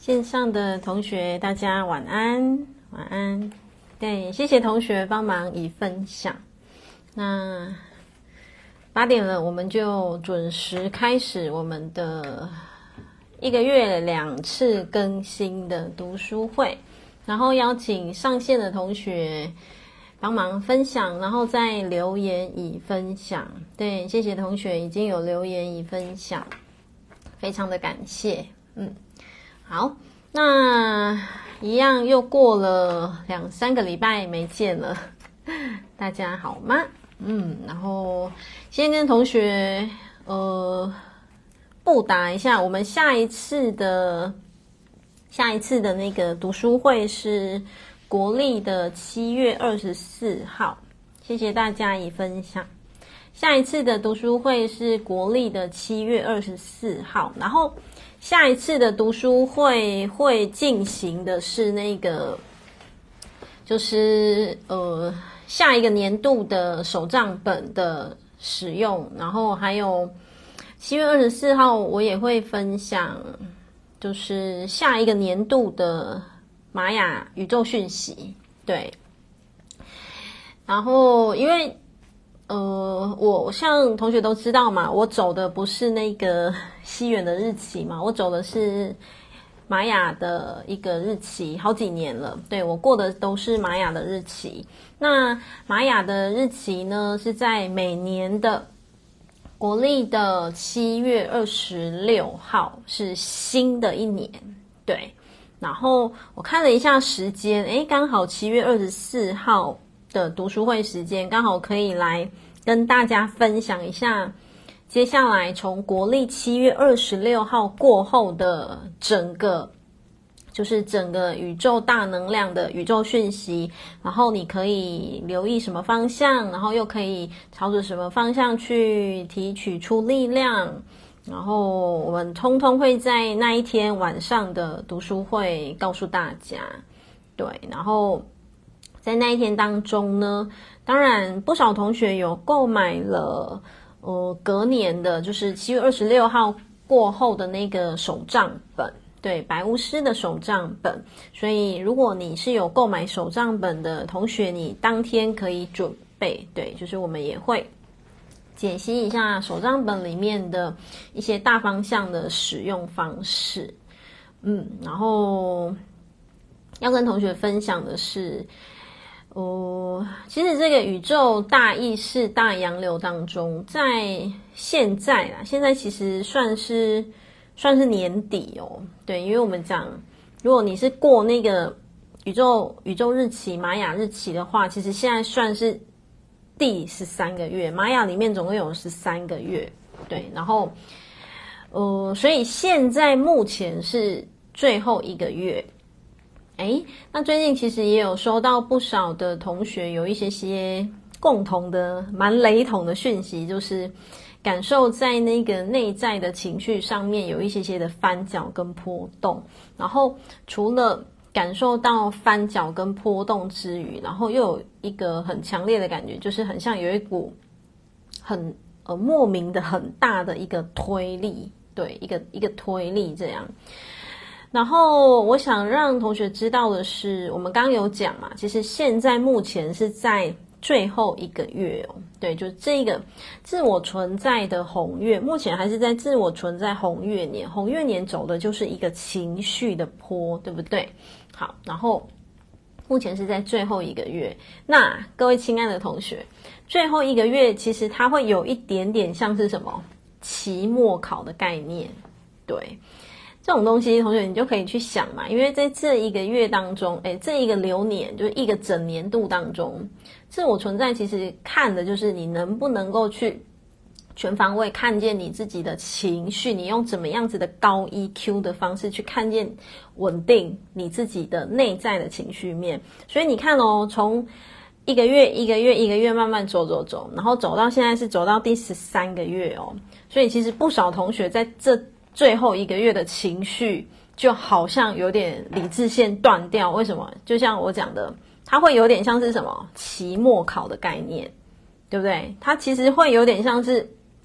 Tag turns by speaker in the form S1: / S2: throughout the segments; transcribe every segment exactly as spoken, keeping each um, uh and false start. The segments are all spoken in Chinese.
S1: 线上的同学，大家晚安，晚安。对，谢谢同学帮忙已分享。那八点了，我们就准时开始我们的一个月两次更新的读书会，然后邀请上线的同学帮忙分享，然后再留言已分享。对，谢谢同学已经有留言已分享，非常的感谢。嗯，好，那一样又过了两三个礼拜没见了，大家好吗？嗯，然后先跟同学呃布达一下，我们下一次的下一次的那个读书会是国历的七月二十四号，谢谢大家已分享。下一次的读书会是国历的七月二十四号，然后下一次的读书会会进行的是那个，就是呃下一个年度的手账本的使用，然后还有七月二十四号我也会分享，就是下一个年度的玛雅宇宙讯息。对，然后因为呃，我像同学都知道嘛，我走的不是那个西元的日期嘛，我走的是玛雅的一个日期，好几年了。对，我过的都是玛雅的日期。那玛雅的日期呢，是在每年的国历的七月二十六号，是新的一年。对，然后我看了一下时间，诶，刚好七月二十四号的读书会时间，刚好可以来跟大家分享一下接下来从国历七月二十六号过后的整个就是整个宇宙大能量的宇宙讯息，然后你可以留意什么方向，然后又可以朝着什么方向去提取出力量，然后我们通通会在那一天晚上的读书会告诉大家。对，然后在那一天当中呢，当然不少同学有购买了呃隔年的，就是七月二十六号过后的那个手账本，对，白巫师的手账本。所以如果你是有购买手账本的同学，你当天可以准备，对，就是我们也会解析一下手账本里面的一些大方向的使用方式。嗯，然后要跟同学分享的是哦，其实这个宇宙大意识大洋流当中，在现在啦，现在其实算是算是年底哦。对，因为我们讲，如果你是过那个宇宙宇宙日期玛雅日期的话，其实现在算是第十三个月，玛雅里面总共有十三个月。对，然后呃，所以现在目前是最后一个月。诶，那最近其实也有收到不少的同学有一些些共同的蛮雷同的讯息，就是感受在那个内在的情绪上面有一些些的翻搅跟波动，然后除了感受到翻搅跟波动之余，然后又有一个很强烈的感觉，就是很像有一股很呃莫名的很大的一个推力，对，一个一个推力这样。然后我想让同学知道的是，我们刚刚有讲嘛，其实现在目前是在最后一个月哦，对，就是这个自我存在的红月，目前还是在自我存在红月年，红月年走的就是一个情绪的波，对不对？好，然后目前是在最后一个月，那各位亲爱的同学，最后一个月其实它会有一点点像是什么期末考的概念，对。这种东西同学你就可以去想嘛，因为在这一个月当中，诶，这一个流年就是一个整年度当中，自我存在其实看的就是你能不能够去全方位看见你自己的情绪，你用怎么样子的高 E Q 的方式去看见稳定你自己的内在的情绪面。所以你看哦，从一个月一个月一个月慢慢走走走，然后走到现在是走到第十三个月哦，所以其实不少同学在这最后一个月的情绪就好像有点理智线断掉，为什么？就像我讲的，它会有点像是什么期末考的概念，对不对？它其实会有点像是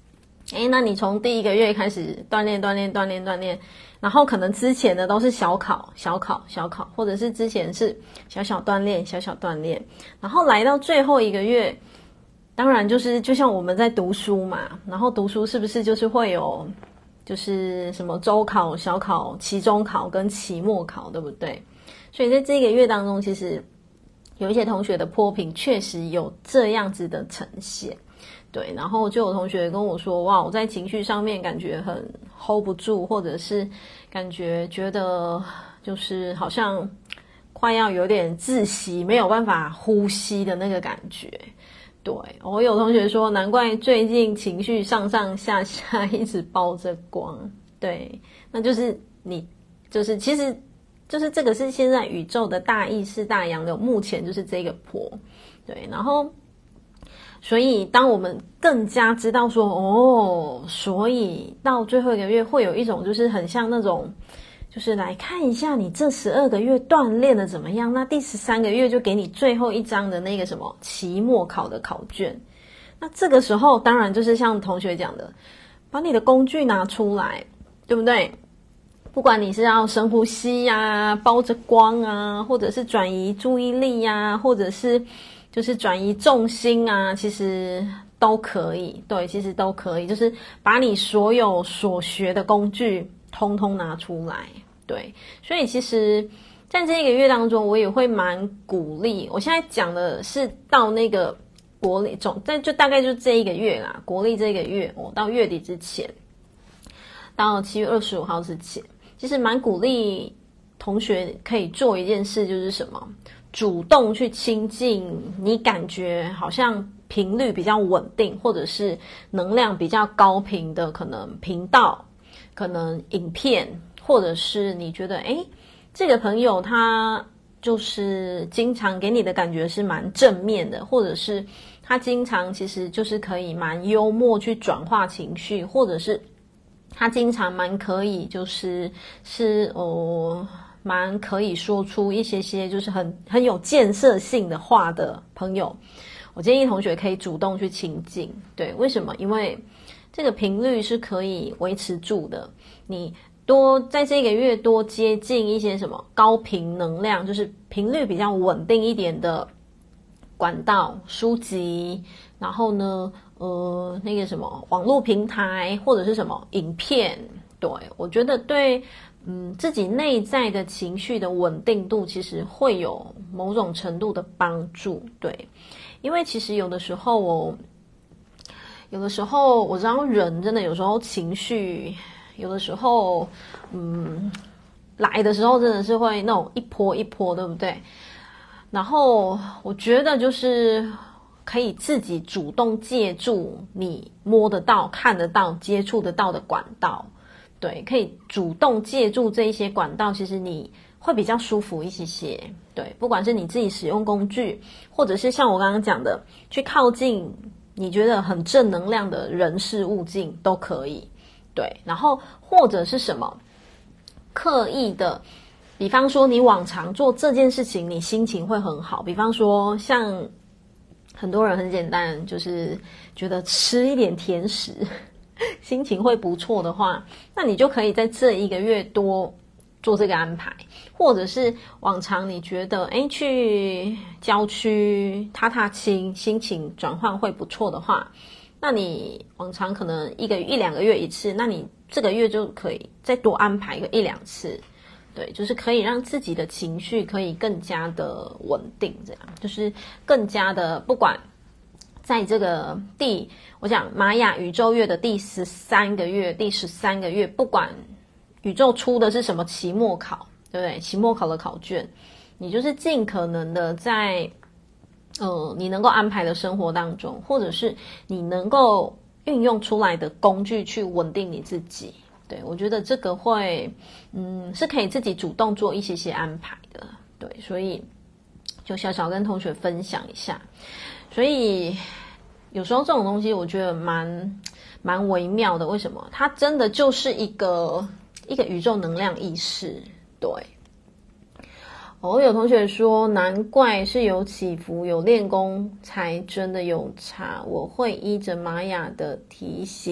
S1: 诶，那你从第一个月开始锻炼锻炼锻炼锻炼，然后可能之前的都是小考小考小考，或者是之前是小小锻炼小小锻炼，然后来到最后一个月，当然就是就像我们在读书嘛，然后读书是不是就是会有就是什么周考、小考、期中考跟期末考，对不对？所以在这个月当中，其实有一些同学的波平确实有这样子的呈现。对，然后就有同学跟我说，哇，我在情绪上面感觉很 hold 不住，或者是感觉觉得就是好像快要有点窒息，没有办法呼吸的那个感觉。对，我有同学说，难怪最近情绪上上下下一直包着光。对，那就是你就是其实就是这个是现在宇宙的大意识大洋流，目前就是这个波。对，然后所以当我们更加知道说，哦，所以到最后一个月会有一种就是很像那种就是来看一下你这十二个月锻炼的怎么样，那第十三个月就给你最后一张的那个什么期末考的考卷。那这个时候当然就是像同学讲的，把你的工具拿出来，对不对？不管你是要深呼吸啊，包着光啊，或者是转移注意力啊，或者是就是转移重心啊，其实都可以。对，其实都可以，就是把你所有所学的工具通通拿出来。对，所以其实在这一个月当中，我也会蛮鼓励。我现在讲的是到那个国历总，在就大概就这一个月啦，国历这一个月，我、哦、到月底之前，到七月二十五号之前，其实蛮鼓励同学可以做一件事，就是什么？主动去亲近你感觉好像频率比较稳定，或者是能量比较高频的可能频道，可能影片，或者是你觉得诶这个朋友他就是经常给你的感觉是蛮正面的，或者是他经常其实就是可以蛮幽默去转化情绪，或者是他经常蛮可以就是是哦蛮可以说出一些些就是很很有建设性的话的朋友，我建议同学可以主动去亲近。对，为什么？因为这个频率是可以维持住的，你多在这个月多接近一些什么高频能量，就是频率比较稳定一点的管道、书籍，然后呢呃那个什么网络平台或者是什么影片，对，我觉得对嗯自己内在的情绪的稳定度其实会有某种程度的帮助。对，因为其实有的时候我有的时候我知道人真的有时候情绪有的时候嗯来的时候真的是会那种一波一波，对不对？然后我觉得就是可以自己主动借助你摸得到、看得到、接触得到的管道，对，可以主动借助这一些管道，其实你会比较舒服一些些。对，不管是你自己使用工具，或者是像我刚刚讲的，去靠近你觉得很正能量的人事物境都可以。对，然后或者是什么刻意的，比方说你往常做这件事情，你心情会很好。比方说像很多人很简单，就是觉得吃一点甜食心情会不错的话，那你就可以在这一个月多做这个安排。或者是往常你觉得诶去郊区踏踏青心情转换会不错的话，那你往常可能一个一两个月一次，那你这个月就可以再多安排个一两次。对，就是可以让自己的情绪可以更加的稳定，这样就是更加的，不管在这个第我讲玛雅宇宙月的第十三个月、第十三个月，不管宇宙出的是什么期末考，对不对？期末考的考卷，你就是尽可能的在呃你能够安排的生活当中，或者是你能够运用出来的工具去稳定你自己。对，我觉得这个会嗯是可以自己主动做一些些安排的。对，所以就小小跟同学分享一下。所以有时候这种东西我觉得蛮蛮微妙的。为什么？它真的就是一个一个宇宙能量意识。对，哦，有同学说难怪是有起伏有练功才真的有差，我会依着玛雅的提醒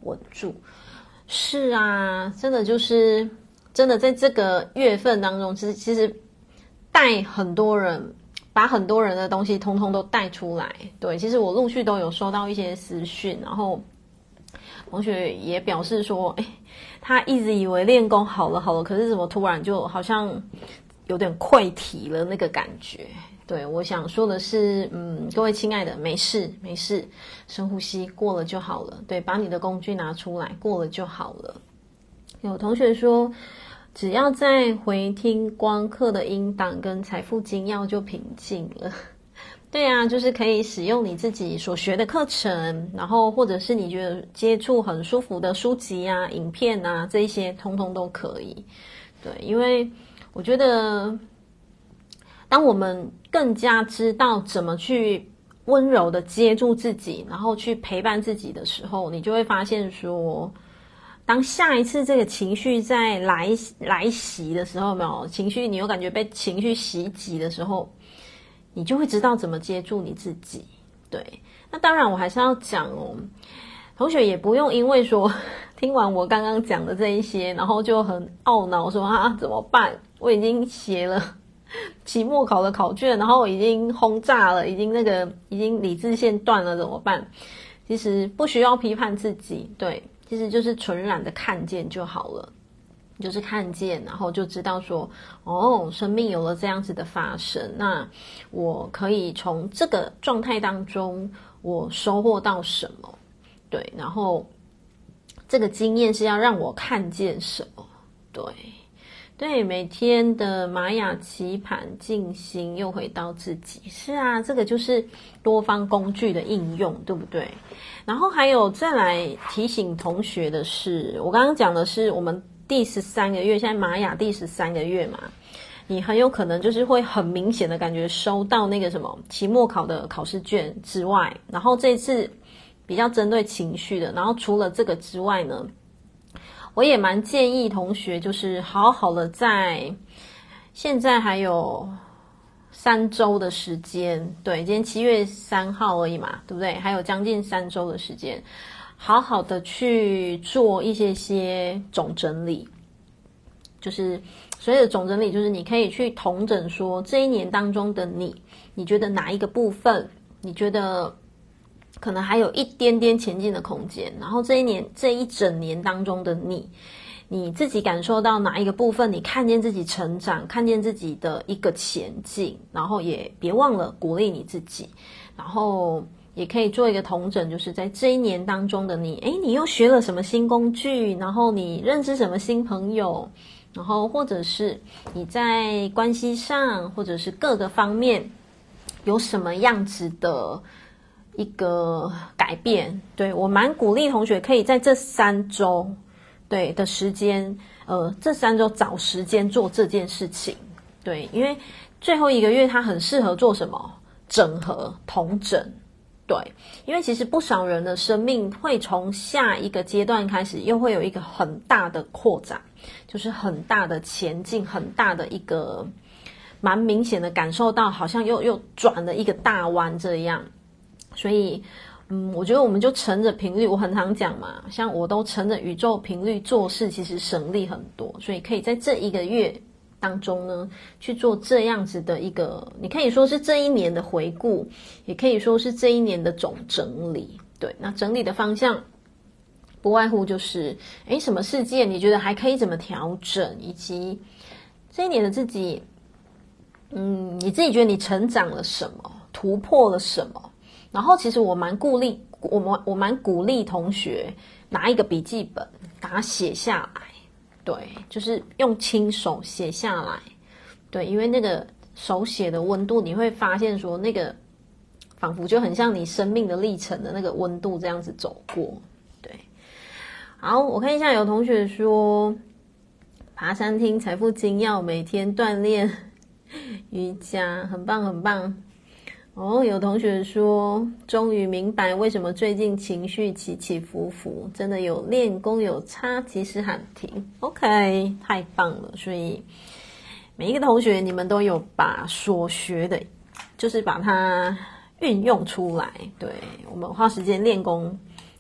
S1: 稳住。是啊，真的就是真的在这个月份当中，其实其实带很多人，把很多人的东西通通都带出来。对，其实我陆续都有收到一些私讯，然后同学也表示说，哎，他一直以为练功好了好了，可是怎么突然就好像有点溃体了那个感觉。对，我想说的是，嗯，各位亲爱的，没事没事，深呼吸，过了就好了。对，把你的工具拿出来，过了就好了。有同学说，只要再回听光课的音档跟财富精要就平静了。对啊，就是可以使用你自己所学的课程，然后或者是你觉得接触很舒服的书籍啊、影片啊，这一些通通都可以。对，因为我觉得当我们更加知道怎么去温柔的接住自己，然后去陪伴自己的时候，你就会发现说，当下一次这个情绪在来来袭的时候，有没有情绪你有感觉被情绪袭击的时候，你就会知道怎么接住你自己。对，那当然我还是要讲哦，同学也不用因为说听完我刚刚讲的这一些，然后就很懊恼说啊怎么办，我已经写了期末考的考卷，然后已经轰炸了，已经那个已经理智线断了，怎么办？其实不需要批判自己，对，其实就是纯然的看见就好了，就是看见，然后就知道说，哦，生命有了这样子的发生，那我可以从这个状态当中，我收获到什么？对，然后这个经验是要让我看见什么？对。对，每天的玛雅棋盘静心，又回到自己。是啊，这个就是多方工具的应用，对不对？然后还有再来提醒同学的是，我刚刚讲的是我们第十三个月，现在玛雅第十三个月嘛，你很有可能就是会很明显的感觉收到那个什么期末考的考试卷之外，然后这次比较针对情绪的，然后除了这个之外呢，我也蛮建议同学就是好好的在现在还有三周的时间，对，今天七月三号而已嘛，对不对？还有将近三周的时间，好好的去做一些些总整理。就是所谓的总整理，就是你可以去统整说这一年当中的你，你觉得哪一个部分，你觉得可能还有一点点前进的空间，然后这一年这一整年当中的你，你自己感受到哪一个部分你看见自己成长，看见自己的一个前进，然后也别忘了鼓励你自己，然后也可以做一个统整，就是在这一年当中的你，诶，你又学了什么新工具，然后你认识什么新朋友，然后或者是你在关系上或者是各个方面有什么样子的一个改变。对，我蛮鼓励同学可以在这三周对的时间，呃，这三周找时间做这件事情。对，因为最后一个月它很适合做什么？整合、统整。对，因为其实不少人的生命会从下一个阶段开始，又会有一个很大的扩展，就是很大的前进，很大的一个蛮明显的感受到，好像又又转了一个大弯这样。所以，嗯，我觉得我们就乘着频率，我很常讲嘛，像我都乘着宇宙频率做事，其实省力很多，所以可以在这一个月当中呢，去做这样子的一个，你可以说是这一年的回顾，也可以说是这一年的总整理。对，那整理的方向不外乎就是，诶，什么事件你觉得还可以怎么调整，以及这一年的自己，嗯，你自己觉得你成长了什么，突破了什么。然后其实我蛮鼓励，我们我蛮鼓励同学拿一个笔记本，把它写下来。对，就是用亲手写下来。对，因为那个手写的温度，你会发现说，那个仿佛就很像你生命的历程的那个温度这样子走过。对，好，我看一下，有同学说，爬山听财富精要，每天锻炼瑜伽，很棒很棒。哦，有同学说，终于明白为什么最近情绪起起伏伏，真的有练功有差，及时喊停。OK， 太棒了！所以每一个同学，你们都有把所学的，就是把它运用出来。对，我们花时间练功，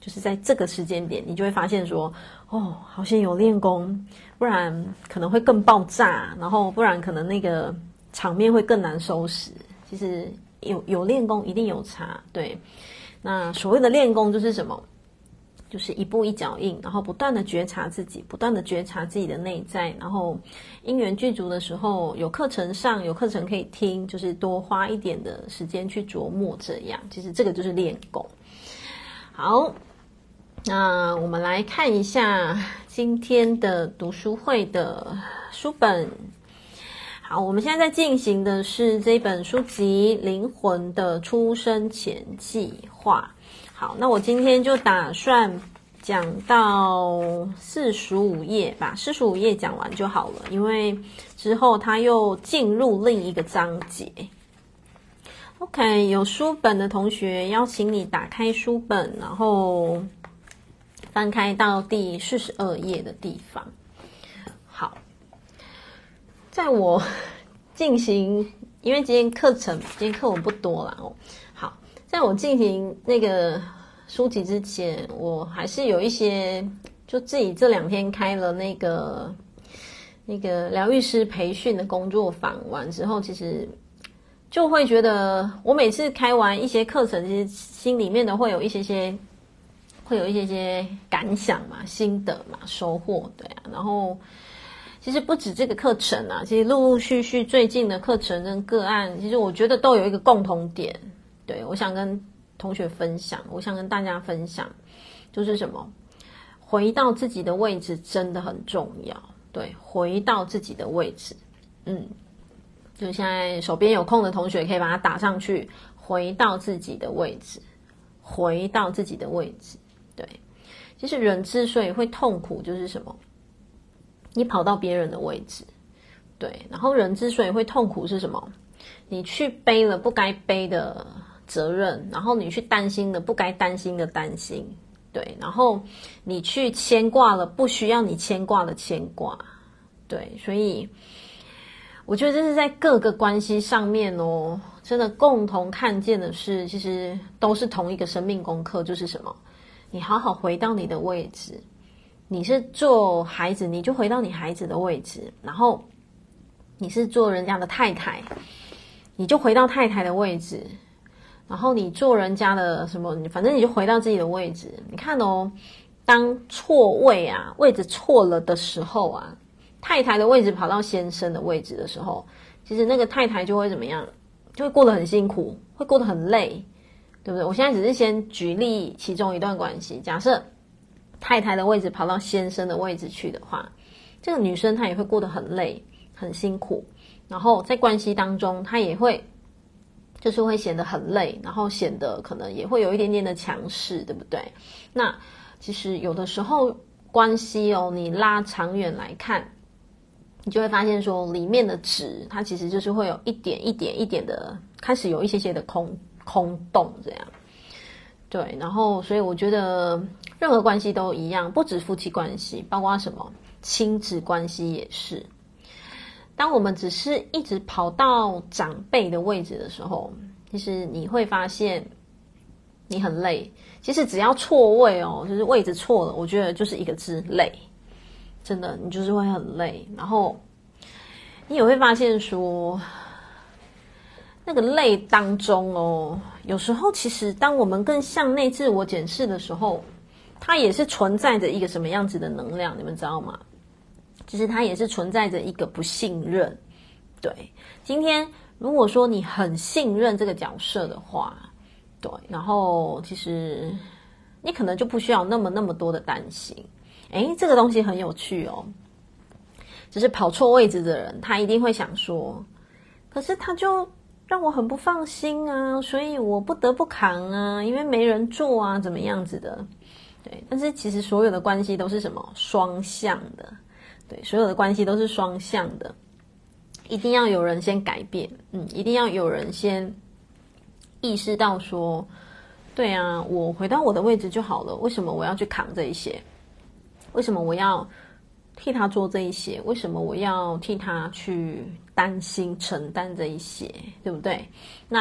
S1: 就是在这个时间点，你就会发现说，哦，好像有练功，不然可能会更爆炸，然后不然可能那个场面会更难收拾。其实有有练功一定有差，对。那所谓的练功就是什么？就是一步一脚印，然后不断的觉察自己，不断的觉察自己的内在，然后因缘具足的时候，有课程上，有课程可以听，就是多花一点的时间去琢磨，这样其实这个就是练功。好，那我们来看一下今天的读书会的书本。好，我们现在在进行的是这本书籍《灵魂的出生前计划》。好，那我今天就打算讲到四十五页吧，四十五页讲完就好了，因为之后它又进入另一个章节。OK， 有书本的同学邀请你打开书本，然后翻开到第四十二页的地方。好，在我进行，因为今天课程，今天课文不多啦哦。好，在我进行那个书籍之前，我还是有一些，就自己这两天开了那个那个疗愈师培训的工作坊完之后，其实就会觉得，我每次开完一些课程，其实心里面的会有一些些，会有一些些感想嘛、心得嘛、收获，对啊。然后，其实不止这个课程啊，其实陆陆续续最近的课程跟个案，其实我觉得都有一个共同点，对，我想跟同学分享，我想跟大家分享，就是什么？回到自己的位置真的很重要，对，回到自己的位置，嗯。就现在手边有空的同学可以把它打上去，回到自己的位置，回到自己的位置。对，其实人之所以会痛苦，就是什么？你跑到别人的位置，对。然后人之所以会痛苦是什么？你去背了不该背的责任，然后你去担心了不该担心的担心，对。然后你去牵挂了不需要你牵挂的牵挂，对。所以我觉得这是在各个关系上面哦，真的共同看见的是，其实都是同一个生命功课，就是什么？你好好回到你的位置，你是做孩子，你就回到你孩子的位置，然后你是做人家的太太，你就回到太太的位置，然后你做人家的什么，反正你就回到自己的位置。你看哦，当错位啊，位置错了的时候啊，太太的位置跑到先生的位置的时候，其实那个太太就会怎么样？就会过得很辛苦，会过得很累，对不对？我现在只是先举例其中一段关系，假设太太的位置跑到先生的位置去的话，这个女生她也会过得很累、很辛苦，然后在关系当中，她也会就是会显得很累，然后显得可能也会有一点点的强势，对不对？那其实有的时候关系哦，你拉长远来看，你就会发现说，里面的值它其实就是会有一点一点一点的开始有一些些的空空洞这样。对，然后所以我觉得任何关系都一样，不止夫妻关系，包括什么亲子关系也是。当我们只是一直跑到长辈的位置的时候，其实你会发现你很累。其实只要错位哦，就是位置错了，我觉得就是一个字累。真的，你就是会很累，然后你也会发现说，那个累当中哦，有时候其实当我们更向内自我检视的时候，它也是存在着一个什么样子的能量，你们知道吗？其实它也是存在着一个不信任。对，今天如果说你很信任这个角色的话，对，然后其实你可能就不需要那么那么多的担心。诶，这个东西很有趣哦。只是跑错位置的人，他一定会想说，可是他就让我很不放心啊，所以我不得不扛啊，因为没人做啊，怎么样子的。对，但是其实所有的关系都是什么？双向的。对，所有的关系都是双向的。一定要有人先改变，嗯，一定要有人先意识到说，对啊，我回到我的位置就好了，为什么我要去扛这一些？为什么我要替他做这一些？为什么我要替他去担心承担这一些？对不对？那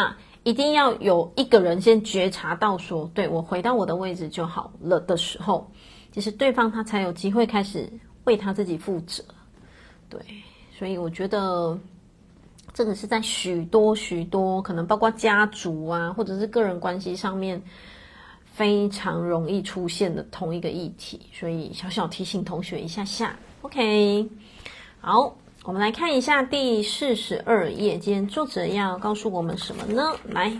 S1: 一定要有一个人先觉察到说，对，我回到我的位置就好了的时候，其实对方他才有机会开始为他自己负责。对，所以我觉得这个是在许多许多可能包括家族啊，或者是个人关系上面非常容易出现的同一个议题，所以小小提醒同学一下下。 OK， 好，我们来看一下第四十二页，今天作者要告诉我们什么呢？来，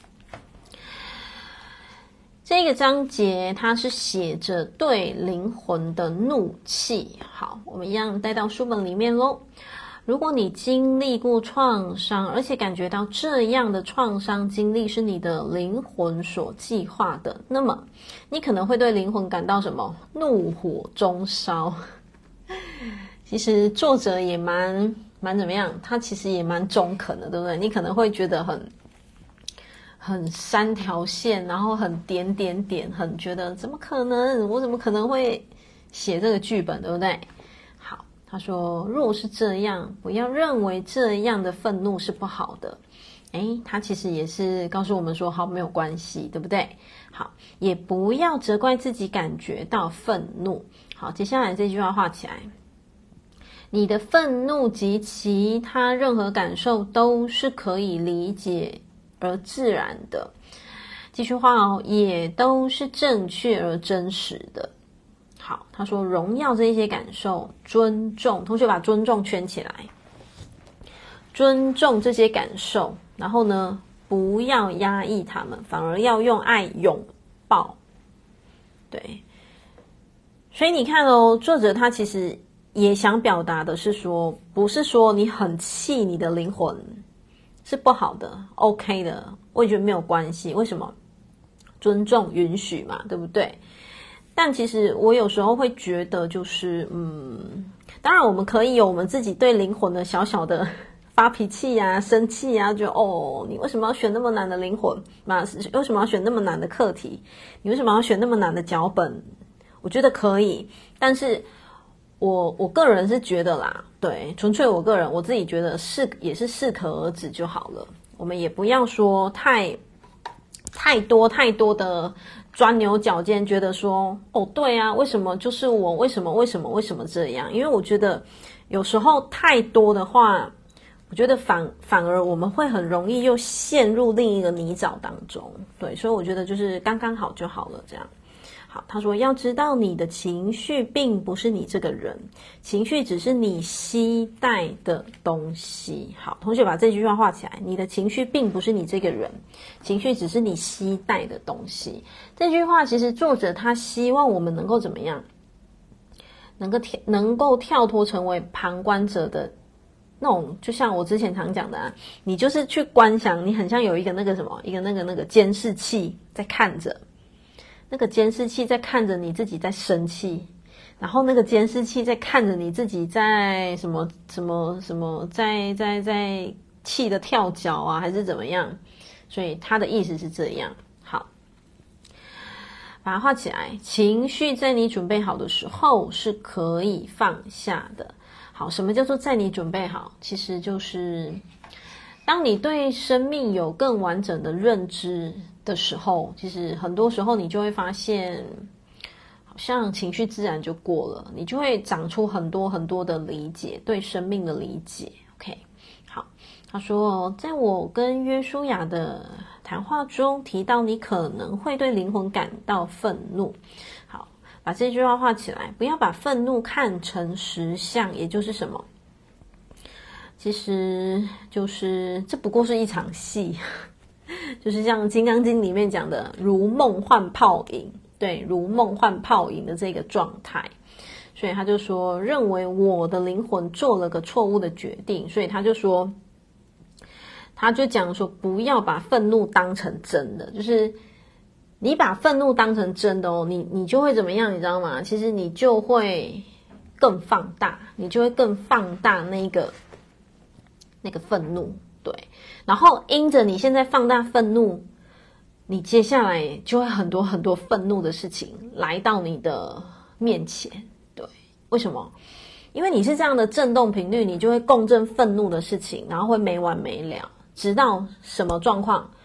S1: 这个章节它是写着对灵魂的怒气。好，我们一样带到书本里面咯。如果你经历过创伤，而且感觉到这样的创伤经历是你的灵魂所计划的，那么你可能会对灵魂感到什么？怒火中烧。其实作者也蛮蛮怎么样，他其实也蛮中肯的，对不对？你可能会觉得很很三条线，然后很点点点，很觉得怎么可能？我怎么可能会写这个剧本，对不对？好，他说，若是这样，不要认为这样的愤怒是不好的。诶，他其实也是告诉我们说，好，没有关系，对不对？好，也不要责怪自己感觉到愤怒。好，接下来这句话画起来。你的愤怒及其他任何感受都是可以理解而自然的，继续画哦，也都是正确而真实的。好，他说荣耀这些感受，尊重，同学把尊重圈起来，尊重这些感受，然后呢，不要压抑他们，反而要用爱拥抱。对，所以你看哦，作者他其实也想表达的是说，不是说你很气你的灵魂是不好的 OK 的，我也觉得没有关系。为什么？尊重允许嘛，对不对？但其实我有时候会觉得就是嗯，当然我们可以有我们自己对灵魂的小小的发脾气啊生气啊，就哦你为什么要选那么难的灵魂嘛？为什么要选那么难的课题？你为什么要选那么难的脚本？我觉得可以，但是我我个人是觉得啦，对，纯粹我个人我自己觉得适也是适可而止就好了。我们也不要说太太多太多的钻牛角尖，觉得说哦对啊，为什么就是我，为什么为什么为什么这样？因为我觉得有时候太多的话，我觉得反反而我们会很容易又陷入另一个泥沼当中。对，所以我觉得就是刚刚好就好了，这样。好，他说要知道你的情绪并不是你这个人，情绪只是你期待的东西。好，同学把这句话画起来，你的情绪并不是你这个人，情绪只是你期待的东西。这句话其实作者他希望我们能够怎么样，能够跳能够跳脱成为旁观者的那种，就像我之前常讲的啊，你就是去观想，你很像有一个那个什么，一个那个那个监视器在看着，那个监视器在看着你自己在生气，然后那个监视器在看着你自己在什么什么什么在在在气的跳脚啊，还是怎么样？所以他的意思是这样。好，把它画起来。情绪在你准备好的时候是可以放下的。好，什么叫做在你准备好？其实就是当你对生命有更完整的认知的时候，其实很多时候你就会发现好像情绪自然就过了，你就会长出很多很多的理解，对生命的理解。 OK， 好，他说在我跟约书亚的谈话中提到你可能会对灵魂感到愤怒。好，把这句话画起来，不要把愤怒看成实相，也就是什么，其实就是这不过是一场戏，就是像《金刚经》里面讲的如梦幻泡影，对，如梦幻泡影的这个状态。所以他就说认为我的灵魂做了个错误的决定，所以他就说他就讲说不要把愤怒当成真的，就是你把愤怒当成真的哦，你你就会怎么样，你知道吗？其实你就会更放大，你就会更放大那个那个愤怒，对。然后因着你现在放大愤怒，你接下来就会很多很多愤怒的事情来到你的面前，对。为什么？因为你是这样的振动频率，你就会共振愤怒的事情，然后会没完没了，直到什么状况？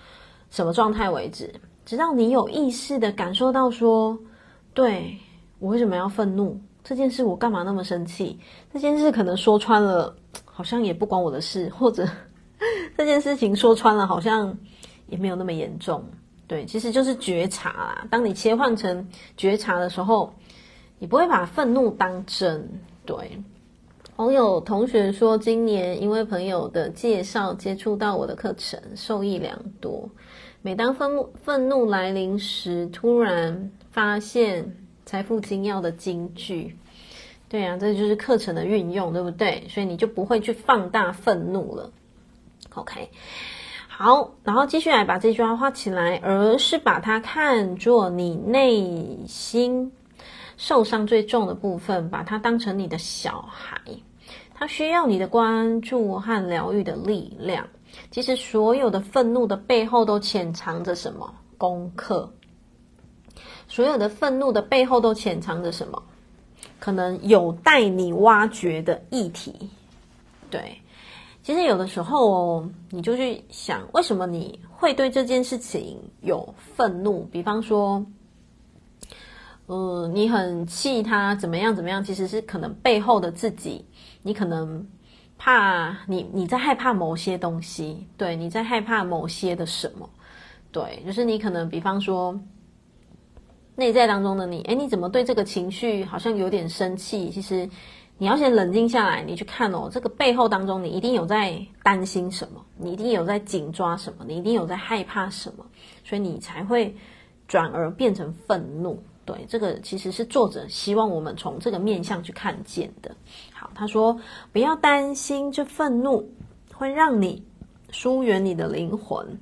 S1: 什么状态为止？直到你有意识的感受到说，对，我为什么要愤怒？这件事我干嘛那么生气？这件事可能说穿了，好像也不关我的事，或者这件事情说穿了，好像也没有那么严重。对，其实就是觉察啦。当你切换成觉察的时候，你不会把愤怒当真。对，网友同学说，今年因为朋友的介绍接触到我的课程，受益良多。每当愤怒愤怒来临时，突然发现财富精要的金句。对啊，这就是课程的运用，对不对？所以你就不会去放大愤怒了。OK。好，然后继续来把这句话画起来，而是把它看作你内心受伤最重的部分，把它当成你的小孩，他需要你的关注和疗愈的力量。其实所有的愤怒的背后都潜藏着什么？功课。所有的愤怒的背后都潜藏着什么？可能有待你挖掘的议题。对。其实有的时候哦，你就去想，为什么你会对这件事情有愤怒？比方说，呃，你很气他怎么样怎么样，其实是可能背后的自己，你可能怕你你在害怕某些东西，对，你在害怕某些的什么，对，就是你可能比方说内在当中的你，诶，你怎么对这个情绪好像有点生气？其实你要先冷静下来，你去看哦，这个背后当中你一定有在担心什么，你一定有在紧抓什么，你一定有在害怕什么，所以你才会转而变成愤怒。对，这个其实是作者希望我们从这个面向去看见的。好，他说不要担心这愤怒会让你疏远你的灵魂，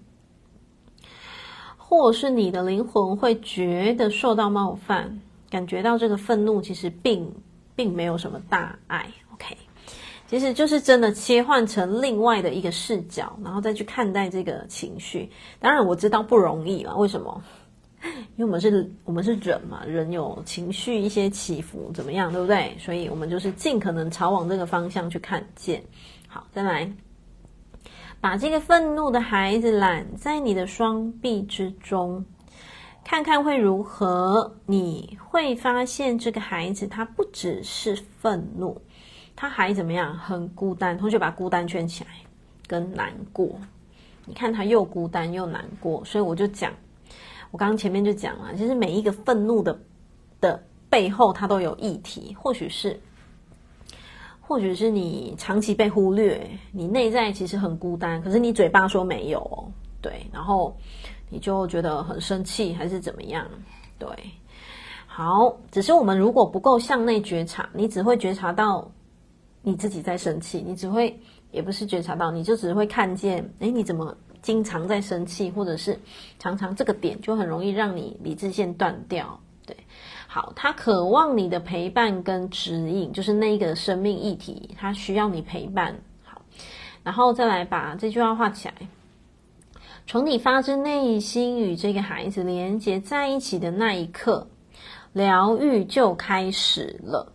S1: 或是你的灵魂会觉得受到冒犯，感觉到这个愤怒其实并并没有什么大碍 ，OK， 其实就是真的切换成另外的一个视角，然后再去看待这个情绪。当然我知道不容易啦，为什么？因为我们是我们是人嘛，人有情绪一些起伏，怎么样，对不对？所以我们就是尽可能朝往这个方向去看见。好，再来，把这个愤怒的孩子揽在你的双臂之中。看看会如何，你会发现这个孩子他不只是愤怒，他还怎么样？很孤单。同学把孤单圈起来，跟难过。你看他又孤单又难过，所以我就讲，我刚刚前面就讲了，其实每一个愤怒的的背后，它都有议题，或许是，或许是你长期被忽略，你内在其实很孤单，可是你嘴巴说没有哦，对，然后你就觉得很生气还是怎么样？对，好，只是我们如果不够向内觉察，你只会觉察到你自己在生气，你只会也不是觉察到，你就只会看见，诶，你怎么经常在生气，或者是常常这个点就很容易让你理智线断掉。对，好，他渴望你的陪伴跟指引，就是那一个生命议题，他需要你陪伴。好，然后再来把这句话画起来。从你发自内心与这个孩子连接在一起的那一刻，疗愈就开始了。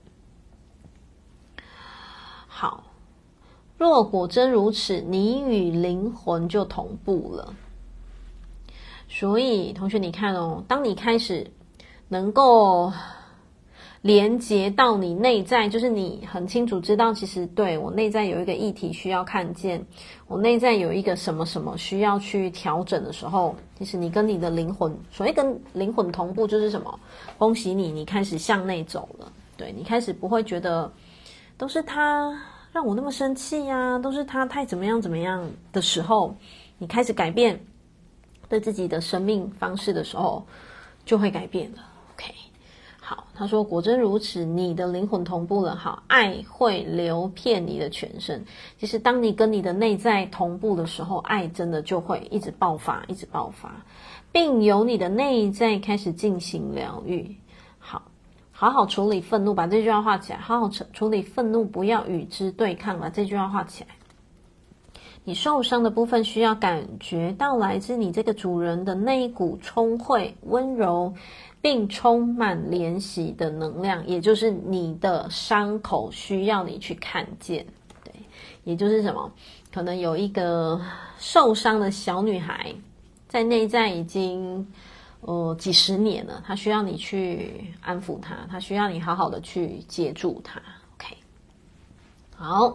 S1: 好，若果真如此，你与灵魂就同步了。所以同学你看哦，当你开始能够连接到你内在，就是你很清楚知道，其实对我内在有一个议题需要看见，我内在有一个什么什么需要去调整的时候，其实你跟你的灵魂，所谓跟灵魂同步就是什么？恭喜你，你开始向内走了。对，你开始不会觉得都是他让我那么生气啊，都是他太怎么样怎么样的时候，你开始改变对自己的生命方式的时候，就会改变了。OK。好，他说果真如此，你的灵魂同步了。好，爱会流遍你的全身。其实当你跟你的内在同步的时候，爱真的就会一直爆发，一直爆发，并由你的内在开始进行疗愈。好，好好处理愤怒，把这句话画起来。好好处理愤怒，不要与之对抗，把这句话画起来。你受伤的部分需要感觉到来自你这个主人的那一股聪慧、温柔并充满怜惜的能量，也就是你的伤口需要你去看见。对，也就是什么？可能有一个受伤的小女孩在内在已经呃几十年了，他需要你去安抚他，他需要你好好的去接住他。 OK， 好，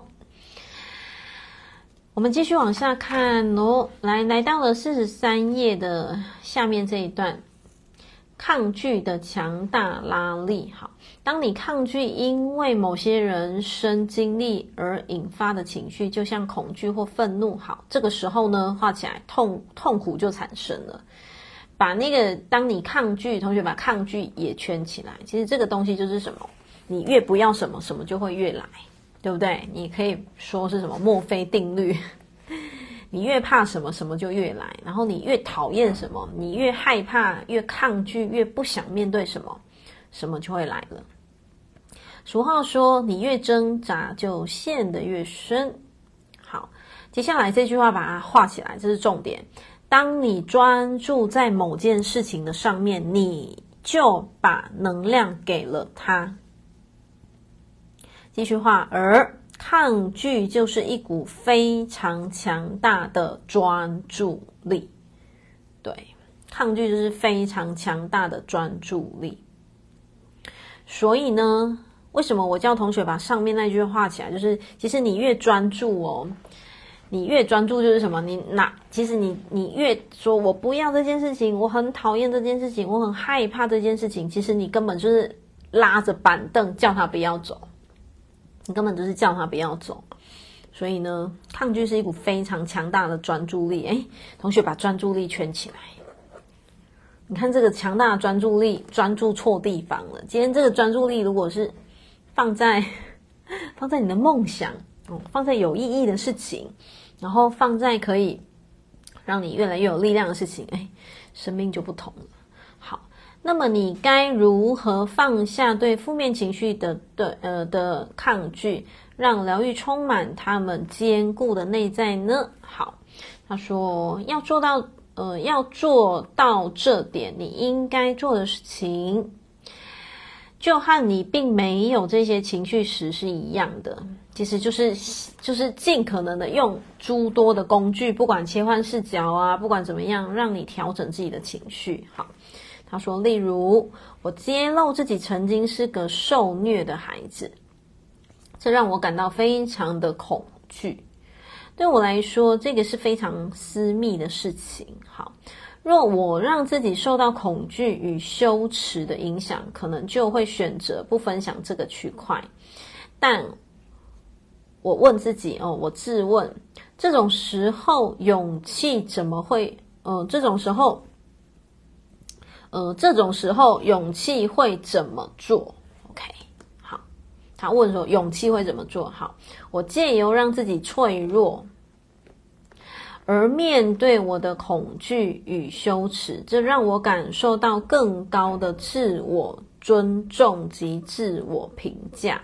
S1: 我们继续往下看哦，来来到了四十三页的下面这一段，抗拒的强大拉力。好，当你抗拒因为某些人生经历而引发的情绪，就像恐惧或愤怒，好，这个时候呢，画起来痛痛苦就产生了。把那个当你抗拒，同学把抗拒也圈起来。其实这个东西就是什么？你越不要什么，什么就会越来，对不对？你可以说是什么墨菲定律。你越怕什么，什么就越来，然后你越讨厌什么，你越害怕，越抗拒，越不想面对什么，什么就会来了。俗话说，你越挣扎就陷得越深。好，接下来这句话把它画起来，这是重点。当你专注在某件事情的上面，你就把能量给了它。继续画，而抗拒就是一股非常强大的专注力。对，抗拒就是非常强大的专注力。所以呢，为什么我叫同学把上面那句画起来？就是其实你越专注哦，你越专注就是什么？你哪？其实你你越说我不要这件事情，我很讨厌这件事情，我很害怕这件事情，其实你根本就是拉着板凳叫他不要走。你根本就是叫他不要走。所以呢，抗拒是一股非常强大的专注力。诶，同学把专注力圈起来。你看这个强大的专注力，专注错地方了。今天这个专注力如果是放在放在你的梦想，嗯，放在有意义的事情，然后放在可以让你越来越有力量的事情，诶，生命就不同了。好，那么你该如何放下对负面情绪的的呃的抗拒，让疗愈充满他们坚固的内在呢？好，他说要做到呃要做到这点，你应该做的事情，就和你并没有这些情绪时是一样的。其实就是就是尽可能的用诸多的工具，不管切换视角啊，不管怎么样，让你调整自己的情绪。好。他说，例如我揭露自己曾经是个受虐的孩子，这让我感到非常的恐惧。对我来说，这个是非常私密的事情。好，若我让自己受到恐惧与羞耻的影响，可能就会选择不分享这个区块。但我问自己哦，我自问，这种时候勇气怎么会呃这种时候呃，这种时候勇气会怎么做 ？OK， 好，他问说勇气会怎么做？好，我借由让自己脆弱，而面对我的恐惧与羞耻，这让我感受到更高的自我尊重及自我评价。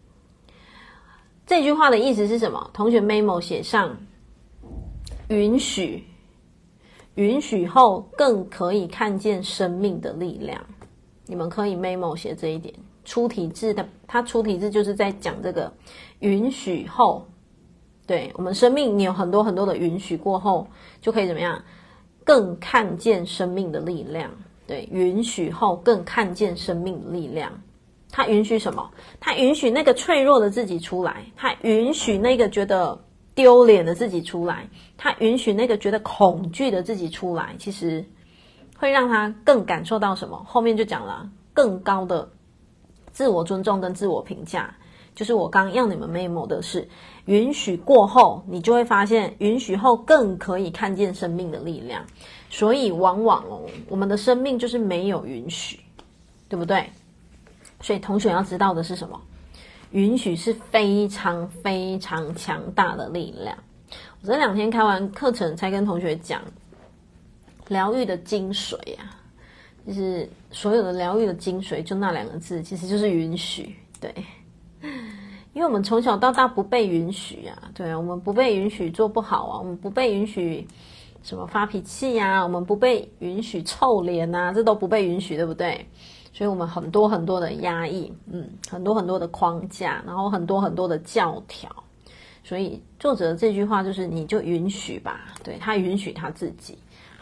S1: 这句话的意思是什么？同学 memo 写上，允许。允许后更可以看见生命的力量。你们可以 memo 写这一点。出题字的，它出题字就是在讲这个允许后，对，我们生命你有很多很多的允许过后，就可以怎么样？更看见生命的力量。对，允许后更看见生命的力量。它允许什么？它允许那个脆弱的自己出来，它允许那个觉得丢脸的自己出来，他允许那个觉得恐惧的自己出来，其实会让他更感受到什么？后面就讲了更高的自我尊重跟自我评价，就是我刚要你们 memo 的是，允许过后，你就会发现，允许后更可以看见生命的力量。所以往往哦，我们的生命就是没有允许，对不对？所以同学要知道的是什么？允许是非常非常强大的力量。我这两天开完课程才跟同学讲，疗愈的精髓啊，就是所有的疗愈的精髓就那两个字，其实就是允许。对，因为我们从小到大不被允许啊，对啊，我们不被允许做不好啊，我们不被允许什么发脾气啊，我们不被允许臭脸啊，这都不被允许，对不对？所以我们很多很多的压抑，嗯，很多很多的框架，然后很多很多的教条。所以作者这句话就是你就允许吧，对，他允许他自己。好，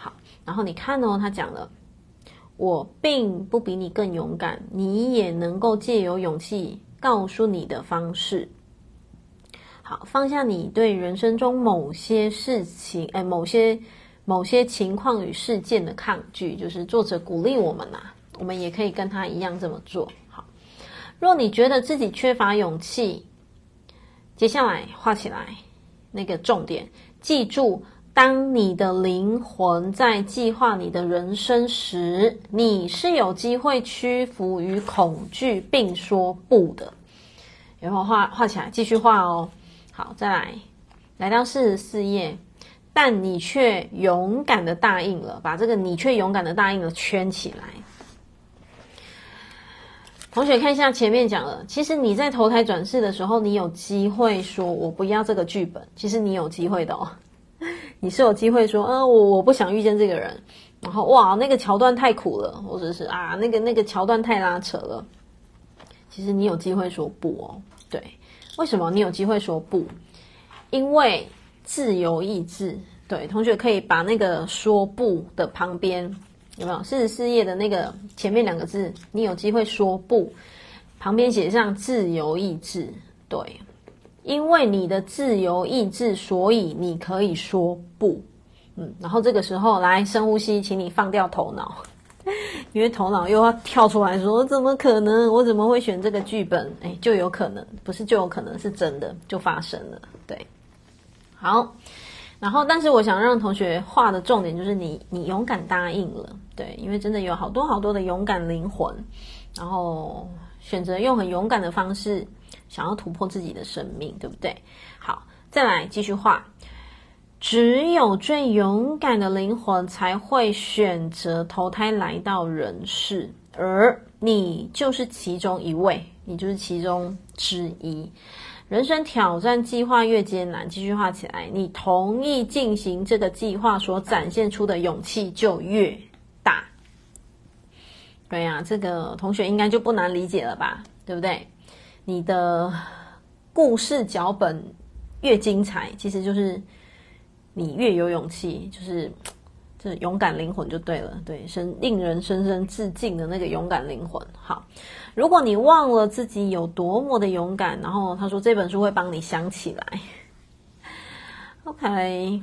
S1: 然后你看哦，他讲了，我并不比你更勇敢，你也能够借由勇气告诉你的方式。好，放下你对人生中某些事情，哎，某些某些情况与事件的抗拒，就是作者鼓励我们啊，我们也可以跟他一样这么做。好，若你觉得自己缺乏勇气，接下来画起来那个重点，记住，当你的灵魂在计划你的人生时，你是有机会屈服于恐惧并说不的。有没有画画起来？继续画哦。好，再来，来到四十四页，但你却勇敢的答应了，把这个你却勇敢的答应了圈起来。同学看一下前面讲了，其实你在投胎转世的时候，你有机会说我不要这个剧本，其实你有机会的哦，你是有机会说，呃，我我不想遇见这个人，然后哇，那个桥段太苦了，或者是啊，那个那个桥段太拉扯了，其实你有机会说不哦，对。为什么你有机会说不？因为自由意志。对，同学可以把那个说不的旁边有没有四十四页的那个前面两个字，你有机会说不，旁边写上自由意志。对，因为你的自由意志，所以你可以说不。嗯，然后这个时候来深呼吸，请你放掉头脑。因为头脑又要跳出来说，怎么可能？我怎么会选这个剧本？哎，就有可能，不是就有可能，是真的就发生了。对，好，然后但是我想让同学画的重点就是你，你勇敢答应了，对，因为真的有好多好多的勇敢灵魂，然后选择用很勇敢的方式，想要突破自己的生命，对不对？好，再来继续画。只有最勇敢的灵魂才会选择投胎来到人世，而你就是其中一位，你就是其中之一。人生挑战计划越艰难，继续画起来，你同意进行这个计划所展现出的勇气就越大。对呀、啊，这个同学应该就不难理解了吧，对不对？你的故事脚本越精彩，其实就是你越有勇气，就是这勇敢灵魂就对了，对，深令人深深致敬的那个勇敢灵魂。好，如果你忘了自己有多么的勇敢，然后他说这本书会帮你想起来。OK，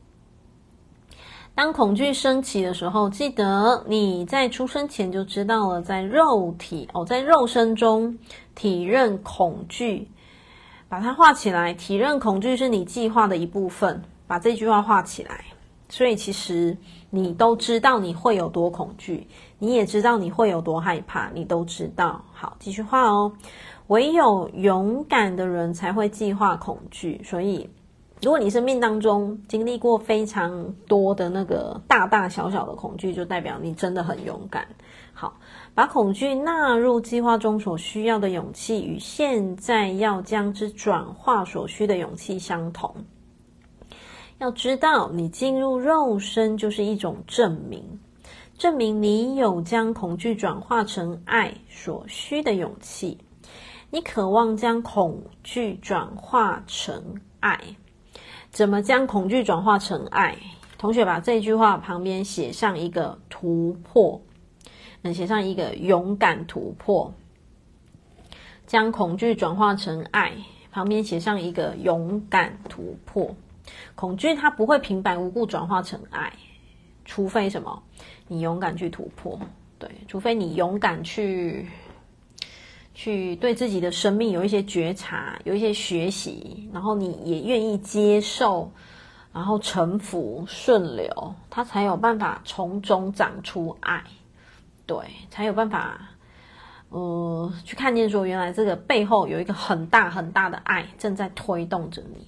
S1: 当恐惧升起的时候，记得你在出生前就知道了，在肉体哦，在肉身中体认恐惧，把它画起来。体认恐惧是你计划的一部分。把这句话画起来，所以其实你都知道你会有多恐惧，你也知道你会有多害怕，你都知道。好，继续画哦。唯有勇敢的人才会计划恐惧，所以如果你生命当中经历过非常多的那个大大小小的恐惧，就代表你真的很勇敢。好，把恐惧纳入计划中所需要的勇气，与现在要将之转化所需的勇气相同。要知道，你进入肉身就是一种证明，证明你有将恐惧转化成爱所需的勇气。你渴望将恐惧转化成爱，怎么将恐惧转化成爱？同学把这句话旁边写上一个突破，嗯，写上一个勇敢突破，将恐惧转化成爱，旁边写上一个勇敢突破。恐惧它不会平白无故转化成爱，除非什么？你勇敢去突破，对，除非你勇敢去去对自己的生命有一些觉察，有一些学习，然后你也愿意接受，然后臣服顺流，它才有办法从中长出爱，对，才有办法呃去看见说原来这个背后有一个很大很大的爱正在推动着你。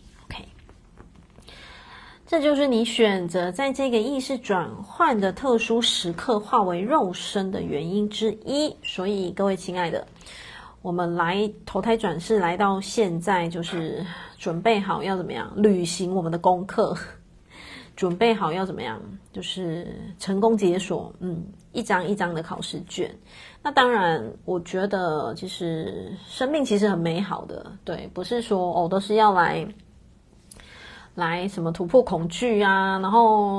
S1: 这就是你选择在这个意识转换的特殊时刻化为肉身的原因之一。所以各位亲爱的，我们来投胎转世来到现在，就是准备好要怎么样履行我们的功课，准备好要怎么样就是成功解锁嗯一张一张的考试卷。那当然我觉得其实生命其实很美好的，对，不是说哦都是要来来什么突破恐惧啊，然后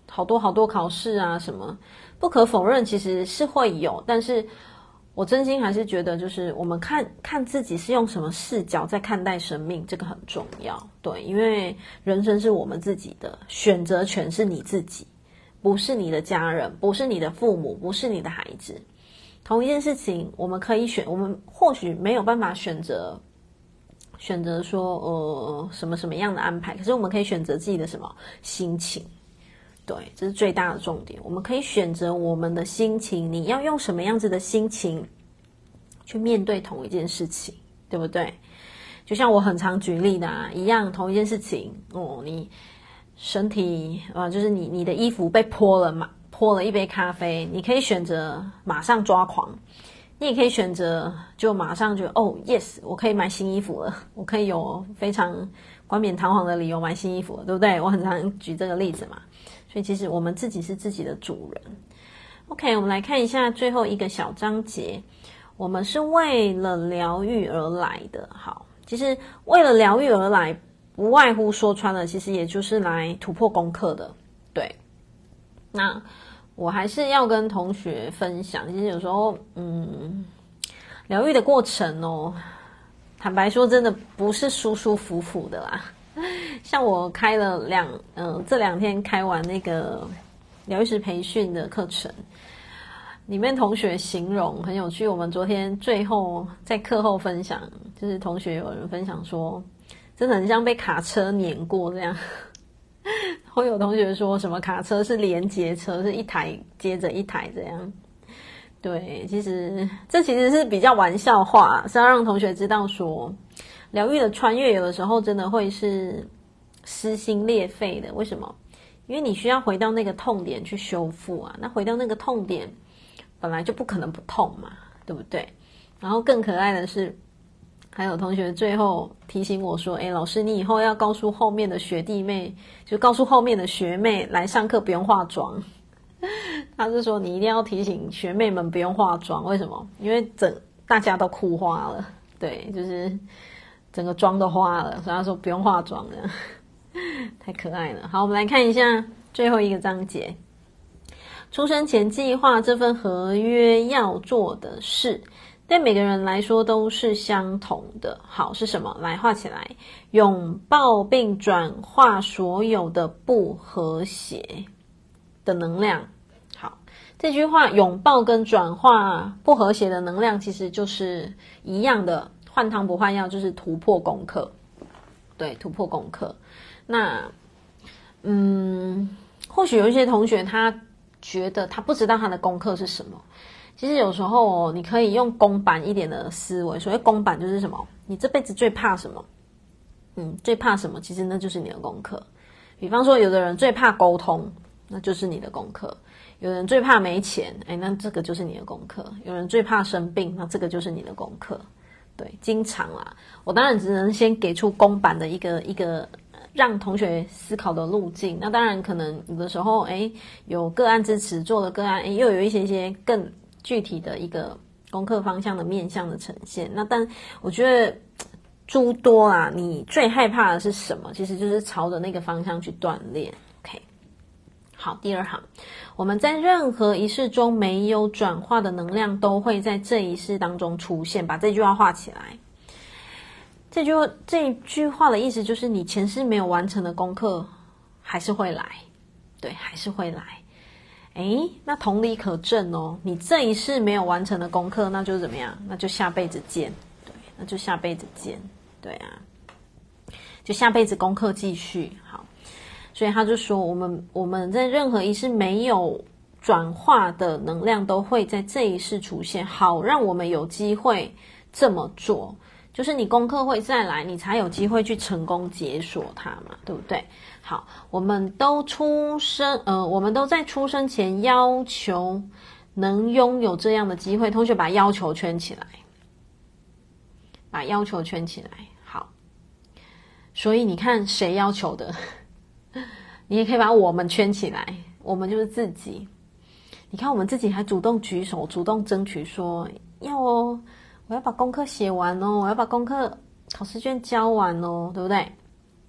S1: 好多好多考试啊什么，不可否认其实是会有，但是我真心还是觉得就是我们看看自己是用什么视角在看待生命，这个很重要。对，因为人生是我们自己的，选择权是你自己，不是你的家人，不是你的父母，不是你的孩子。同一件事情我们可以选，我们或许没有办法选择选择说呃什么什么样的安排，可是我们可以选择自己的什么心情。对，这是最大的重点。我们可以选择我们的心情，你要用什么样子的心情去面对同一件事情，对不对？就像我很常举例的啊，一样同一件事情哦，你身体啊，就是你你的衣服被泼了嘛，泼了一杯咖啡，你可以选择马上抓狂，你也可以选择就马上就哦 yes， 我可以买新衣服了，我可以有非常冠冕堂皇的理由买新衣服了，对不对？我很常举这个例子嘛。所以其实我们自己是自己的主人。OK， 我们来看一下最后一个小章节，我们是为了疗愈而来的。好，其实为了疗愈而来，不外乎说穿了，其实也就是来突破功课的。对，那我还是要跟同学分享，其实有时候，嗯，疗愈的过程哦，坦白说，真的不是舒舒服服的啦。像我开了两，嗯、呃，这两天开完那个疗愈师培训的课程，里面同学形容很有趣。我们昨天最后在课后分享，就是同学有人分享说，真的很像被卡车碾过这样。会有同学说什么卡车是连接车，是一台接着一台这样。对，其实这其实是比较玩笑话，是要让同学知道说，疗愈的穿越有的时候真的会是撕心裂肺的。为什么？因为你需要回到那个痛点去修复啊。那回到那个痛点，本来就不可能不痛嘛，对不对？然后更可爱的是，还有同学最后提醒我说：“诶，老师，你以后要告诉后面的学弟妹，就告诉后面的学妹来上课不用化妆。”他是说你一定要提醒学妹们不用化妆，为什么？因为整大家都哭花了，对，就是整个妆都花了，所以他说不用化妆了，太可爱了。好，我们来看一下最后一个章节，出生前计划这份合约要做的事，对每个人来说都是相同的。好，是什么？来画起来，拥抱并转化所有的不和谐的能量。好，这句话拥抱跟转化不和谐的能量其实就是一样的，换汤不换药，就是突破功课。对，突破功课。那嗯，或许有一些同学他觉得他不知道他的功课是什么。其实有时候哦，你可以用公版一点的思维，所谓公版就是什么？你这辈子最怕什么？嗯，最怕什么？其实那就是你的功课。比方说，有的人最怕沟通，那就是你的功课；有人最怕没钱，哎，那这个就是你的功课；有人最怕生病，那这个就是你的功课。对，经常啦，我当然只能先给出公版的一个一个让同学思考的路径。那当然可能有的时候，哎，有个案支持做了个案，哎，又有一些些更具体的一个功课方向的面向的呈现。那但我觉得诸多啊，你最害怕的是什么？其实就是朝着那个方向去锻炼。OK， 好，第二行，我们在任何仪式中没有转化的能量，都会在这一世当中出现。把这句话画起来。这句这句话的意思就是，你前世没有完成的功课，还是会来，对，还是会来。诶，那同理可证哦，你这一世没有完成的功课，那就怎么样？那就下辈子见，对，那就下辈子见，对啊，就下辈子功课继续。好，所以他就说，我们我们在任何一世没有转化的能量，都会在这一世出现，好让我们有机会这么做。就是你功课会再来，你才有机会去成功解锁它嘛，对不对？好，我们都出生，呃，我们都在出生前要求能拥有这样的机会。同学把要求圈起来，把要求圈起来。好，所以你看谁要求的？你也可以把我们圈起来，我们就是自己。你看我们自己还主动举手，主动争取说要哦。我要把功课写完哦，我要把功课考试卷交完哦，对不对？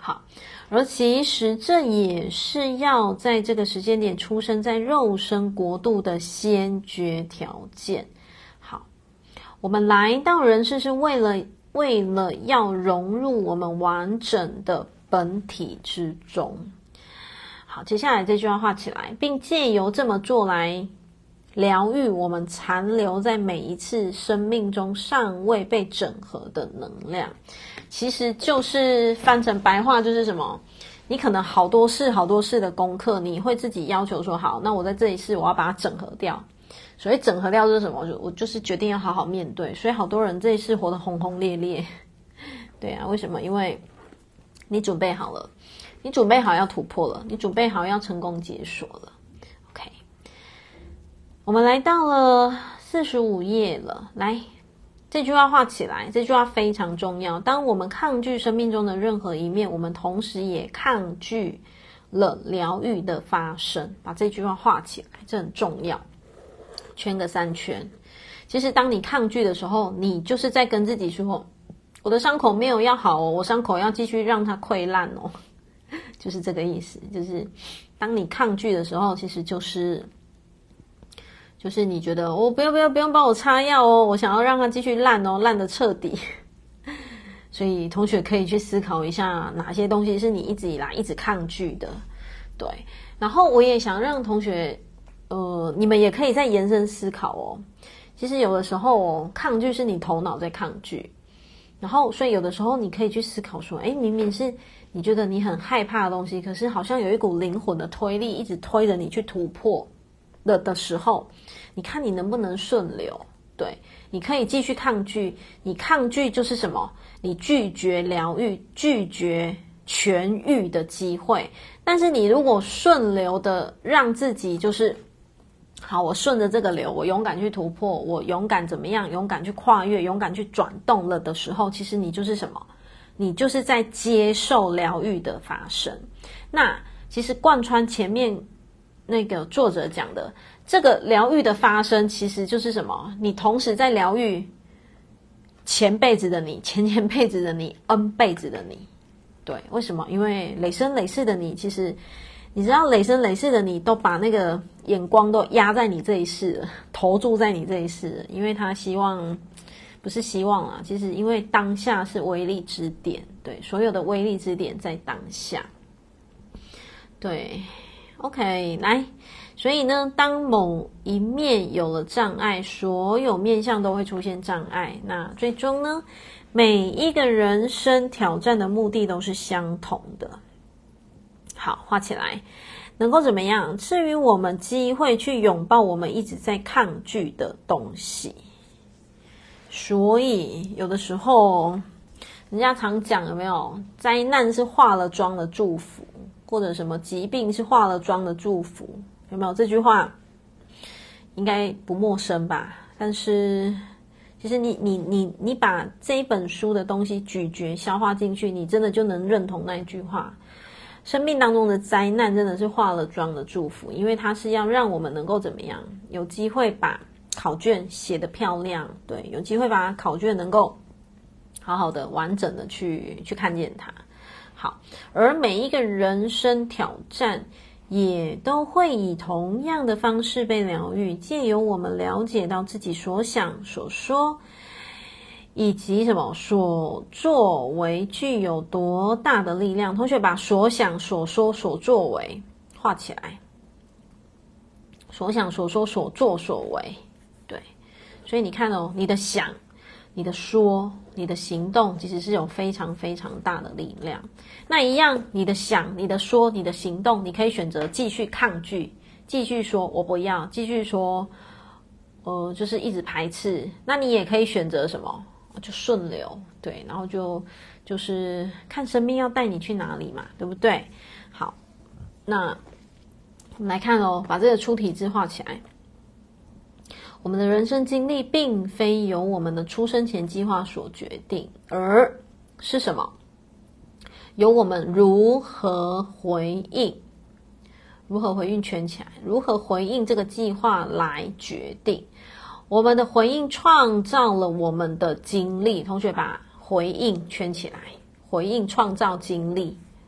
S1: 好，而其实这也是要在这个时间点出生在肉身国度的先决条件。好，我们来到人世是为了为了要融入我们完整的本体之中。好，接下来这句话画起来，并借由这么做来疗愈我们残留在每一次生命中尚未被整合的能量。其实就是翻成白话就是什么，你可能好多事好多事的功课，你会自己要求说，好，那我在这一世我要把它整合掉。所谓整合掉就是什么，我就是决定要好好面对。所以好多人这一世活得轰轰烈烈。对啊，为什么？因为你准备好了，你准备好要突破了，你准备好要成功解锁了。 OK， 我们来到了四十五页了，来，这句话画起来，这句话非常重要。当我们抗拒生命中的任何一面，我们同时也抗拒了疗愈的发生。把这句话画起来，这很重要，圈个三圈。其实当你抗拒的时候，你就是在跟自己说，我的伤口没有要好哦，我伤口要继续让它溃烂哦，就是这个意思。就是当你抗拒的时候，其实就是就是你觉得我、哦、不要不要不用帮我擦药哦，我想要让它继续烂哦，烂得彻底。所以同学可以去思考一下，哪些东西是你一直以来一直抗拒的。对，然后我也想让同学呃，你们也可以再延伸思考哦。其实有的时候哦，抗拒是你头脑在抗拒，然后所以有的时候你可以去思考说，诶，明明是你觉得你很害怕的东西，可是好像有一股灵魂的推力一直推着你去突破的的时候，你看你能不能顺流。对，你可以继续抗拒，你抗拒就是什么？你拒绝疗愈，拒绝痊愈的机会。但是你如果顺流的让自己就是好，我顺着这个流，我勇敢去突破，我勇敢怎么样，勇敢去跨越，勇敢去转动了的时候，其实你就是什么？你就是在接受疗愈的发生。那其实贯穿前面那个作者讲的这个疗愈的发生，其实就是什么？你同时在疗愈前辈子的你，前前辈子的你，N辈子的你。对，为什么？因为累生累世的你，其实你知道累生累世的你都把那个眼光都压在你这一世了，投注在你这一世了，因为他希望，不是希望啊，其实因为当下是威力之点，对，所有的威力之点在当下。对 ，OK， 来，所以呢，当某一面有了障碍，所有面向都会出现障碍，那最终呢，每一个人生挑战的目的都是相同的。好，画起来，能够怎么样？赐予我们机会去拥抱我们一直在抗拒的东西。所以有的时候人家常讲，有没有？灾难是化了妆的祝福，或者什么疾病是化了妆的祝福，有没有？这句话应该不陌生吧？但是其实你你你你把这一本书的东西咀嚼消化进去，你真的就能认同那一句话。生命当中的灾难真的是化了妆的祝福，因为它是要让我们能够怎么样，有机会把考卷写得漂亮，对，有机会把考卷能够好好的完整的去去看见它。好，而每一个人生挑战也都会以同样的方式被疗愈，借由我们了解到自己所想所说以及什么所作为具有多大的力量。同学把所想所说所作为画起来，所想所说所作所为，对，所以你看哦，你的想，你的说，你的行动其实是有非常非常大的力量。那一样，你的想，你的说，你的行动，你可以选择继续抗拒，继续说我不要，继续说呃，就是一直排斥。那你也可以选择什么？就顺流，对，然后就就是看生命要带你去哪里嘛，对不对？好，那我们来看哦，把这个出题字画起来。我们的人生经历并非由我们的出生前计划所决定，而是什么？由我们如何回应，如何回应圈起来，如何回应这个计划来决定。我们的回应创造了我们的经历，同学把回应圈起来，回应创造经历，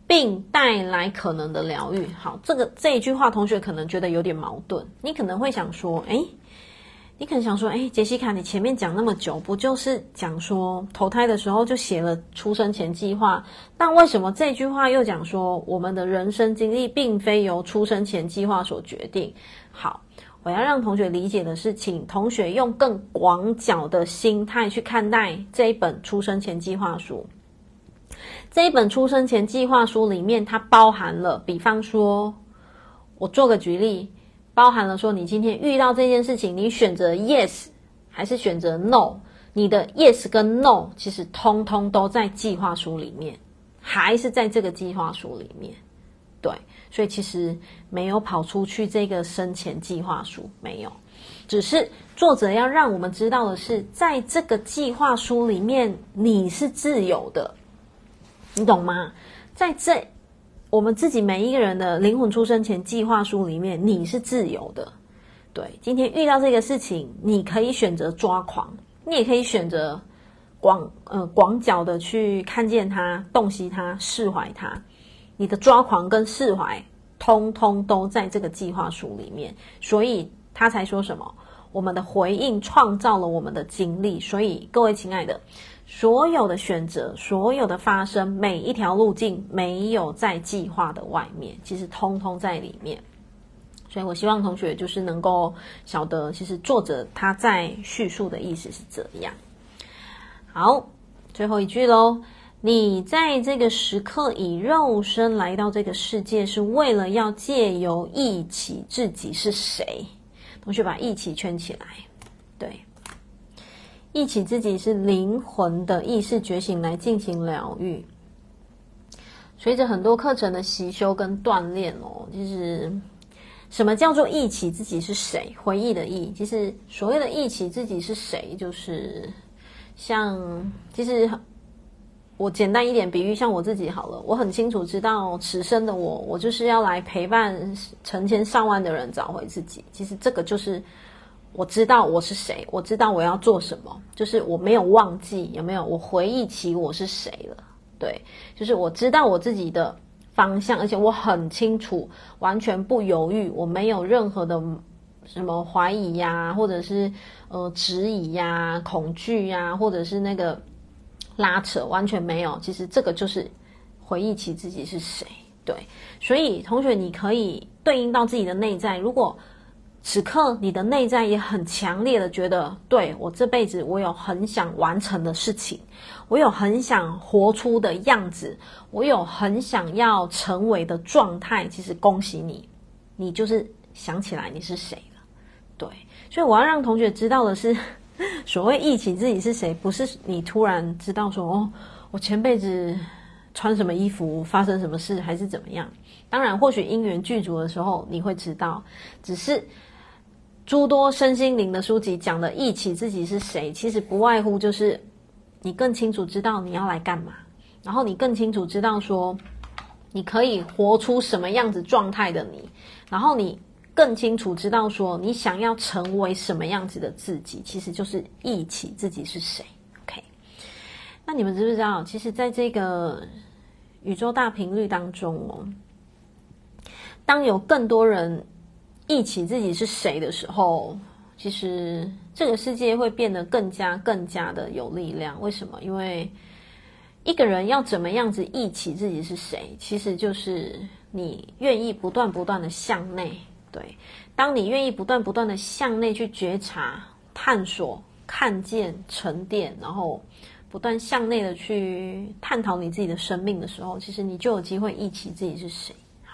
S1: 并带来可能的疗愈。好，这个这一句话同学可能觉得有点矛盾，你可能会想说，诶你可能想说，诶杰西卡，你前面讲那么久，不就是讲说投胎的时候就写了出生前计划，但为什么这句话又讲说我们的人生经历并非由出生前计划所决定？好，我要让同学理解的是，请同学用更广角的心态去看待这一本出生前计划书。这一本出生前计划书里面，它包含了，比方说，我做个举例，包含了说你今天遇到这件事情，你选择 yes 还是选择 no， 你的 yes 跟 no 其实通通都在计划书里面，还是在这个计划书里面。对，所以其实没有跑出去这个生前计划书，没有，只是作者要让我们知道的是，在这个计划书里面你是自由的，你懂吗？在这我们自己每一个人的灵魂出生前计划书里面，你是自由的。对，今天遇到这个事情，你可以选择抓狂，你也可以选择广呃广角的去看见它、洞悉它、释怀它。你的抓狂跟释怀通通都在这个计划书里面，所以他才说什么，我们的回应创造了我们的经历。所以各位亲爱的，所有的选择，所有的发生，每一条路径没有在计划的外面，其实通通在里面。所以我希望同学就是能够晓得，其实作者他在叙述的意思是这样。好，最后一句咯，你在这个时刻以肉身来到这个世界，是为了要借由忆起自己是谁。同学把忆起圈起来。对，忆起自己是灵魂的意识觉醒来进行疗愈。随着很多课程的习修跟锻炼哦，其实什么叫做忆起自己是谁？回忆的忆，其实所谓的忆起自己是谁，就是像其实我简单一点比喻，像我自己好了，我很清楚知道此生的我，我就是要来陪伴成千上万的人找回自己。其实这个就是我知道我是谁，我知道我要做什么，就是我没有忘记，有没有？我回忆起我是谁了。对，就是我知道我自己的方向，而且我很清楚，完全不犹豫，我没有任何的什么怀疑呀，或者是呃质疑呀、恐惧呀，或者是那个拉扯，完全没有。其实这个就是回忆起自己是谁。对，所以同学你可以对应到自己的内在，如果此刻你的内在也很强烈的觉得，对，我这辈子我有很想完成的事情，我有很想活出的样子，我有很想要成为的状态，其实恭喜你，你就是想起来你是谁了。对，所以我要让同学知道的是，所谓忆起自己是谁，不是你突然知道说，哦，我前辈子穿什么衣服，发生什么事，还是怎么样。当然或许因缘具足的时候你会知道，只是诸多身心灵的书籍讲的忆起自己是谁，其实不外乎就是你更清楚知道你要来干嘛，然后你更清楚知道说你可以活出什么样子状态的你，然后你更清楚知道说你想要成为什么样子的自己，其实就是忆起自己是谁。 OK， 那你们知不知道，其实在这个宇宙大频率当中哦，当有更多人忆起自己是谁的时候，其实这个世界会变得更加更加的有力量。为什么？因为一个人要怎么样子忆起自己是谁，其实就是你愿意不断不断的向内。对，当你愿意不断不断的向内去觉察、探索、看见、沉淀，然后不断向内的去探讨你自己的生命的时候，其实你就有机会忆起自己是谁。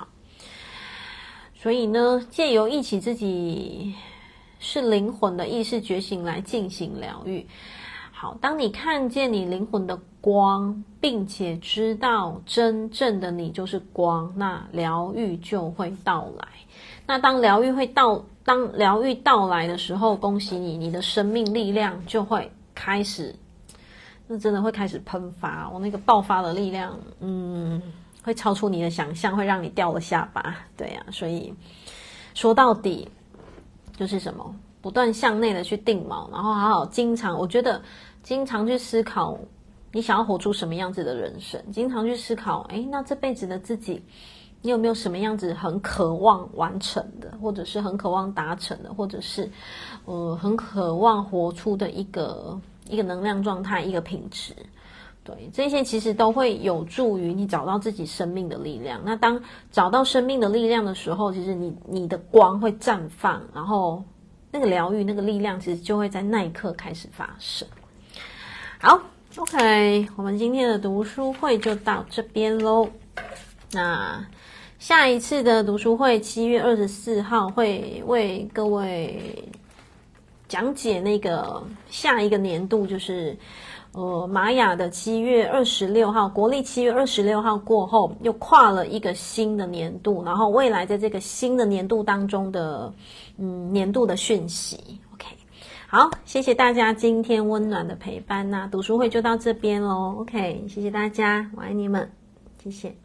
S1: 所以呢，借由忆起自己是灵魂的意识觉醒来进行疗愈。好，当你看见你灵魂的光，并且知道真正的你就是光，那疗愈就会到来。那当疗愈会到，当疗愈到来的时候，恭喜你，你的生命力量就会开始，那真的会开始喷发。我那个爆发的力量，嗯。会超出你的想象，会让你掉了下巴。对啊，所以说到底就是什么，不断向内的去定锚，然后好好经常，我觉得经常去思考你想要活出什么样子的人生？经常去思考，诶，那这辈子的自己，你有没有什么样子很渴望完成的，或者是很渴望达成的，或者是呃很渴望活出的一个一个能量状态，一个品质？对，这些其实都会有助于你找到自己生命的力量。那当找到生命的力量的时候，其实你你的光会绽放，然后那个疗愈、那个力量，其实就会在那一刻开始发生。好 ，OK， 我们今天的读书会就到这边咯。那下一次的读书会，七月二十四号会为各位讲解那个下一个年度，就是呃玛雅的七月二十六号，国历七月二十六号过后，又跨了一个新的年度，然后未来在这个新的年度当中的嗯年度的讯息。OK， 好，谢谢大家今天温暖的陪伴，那读书会就到这边咯。OK， 谢谢大家，我爱你们，谢谢。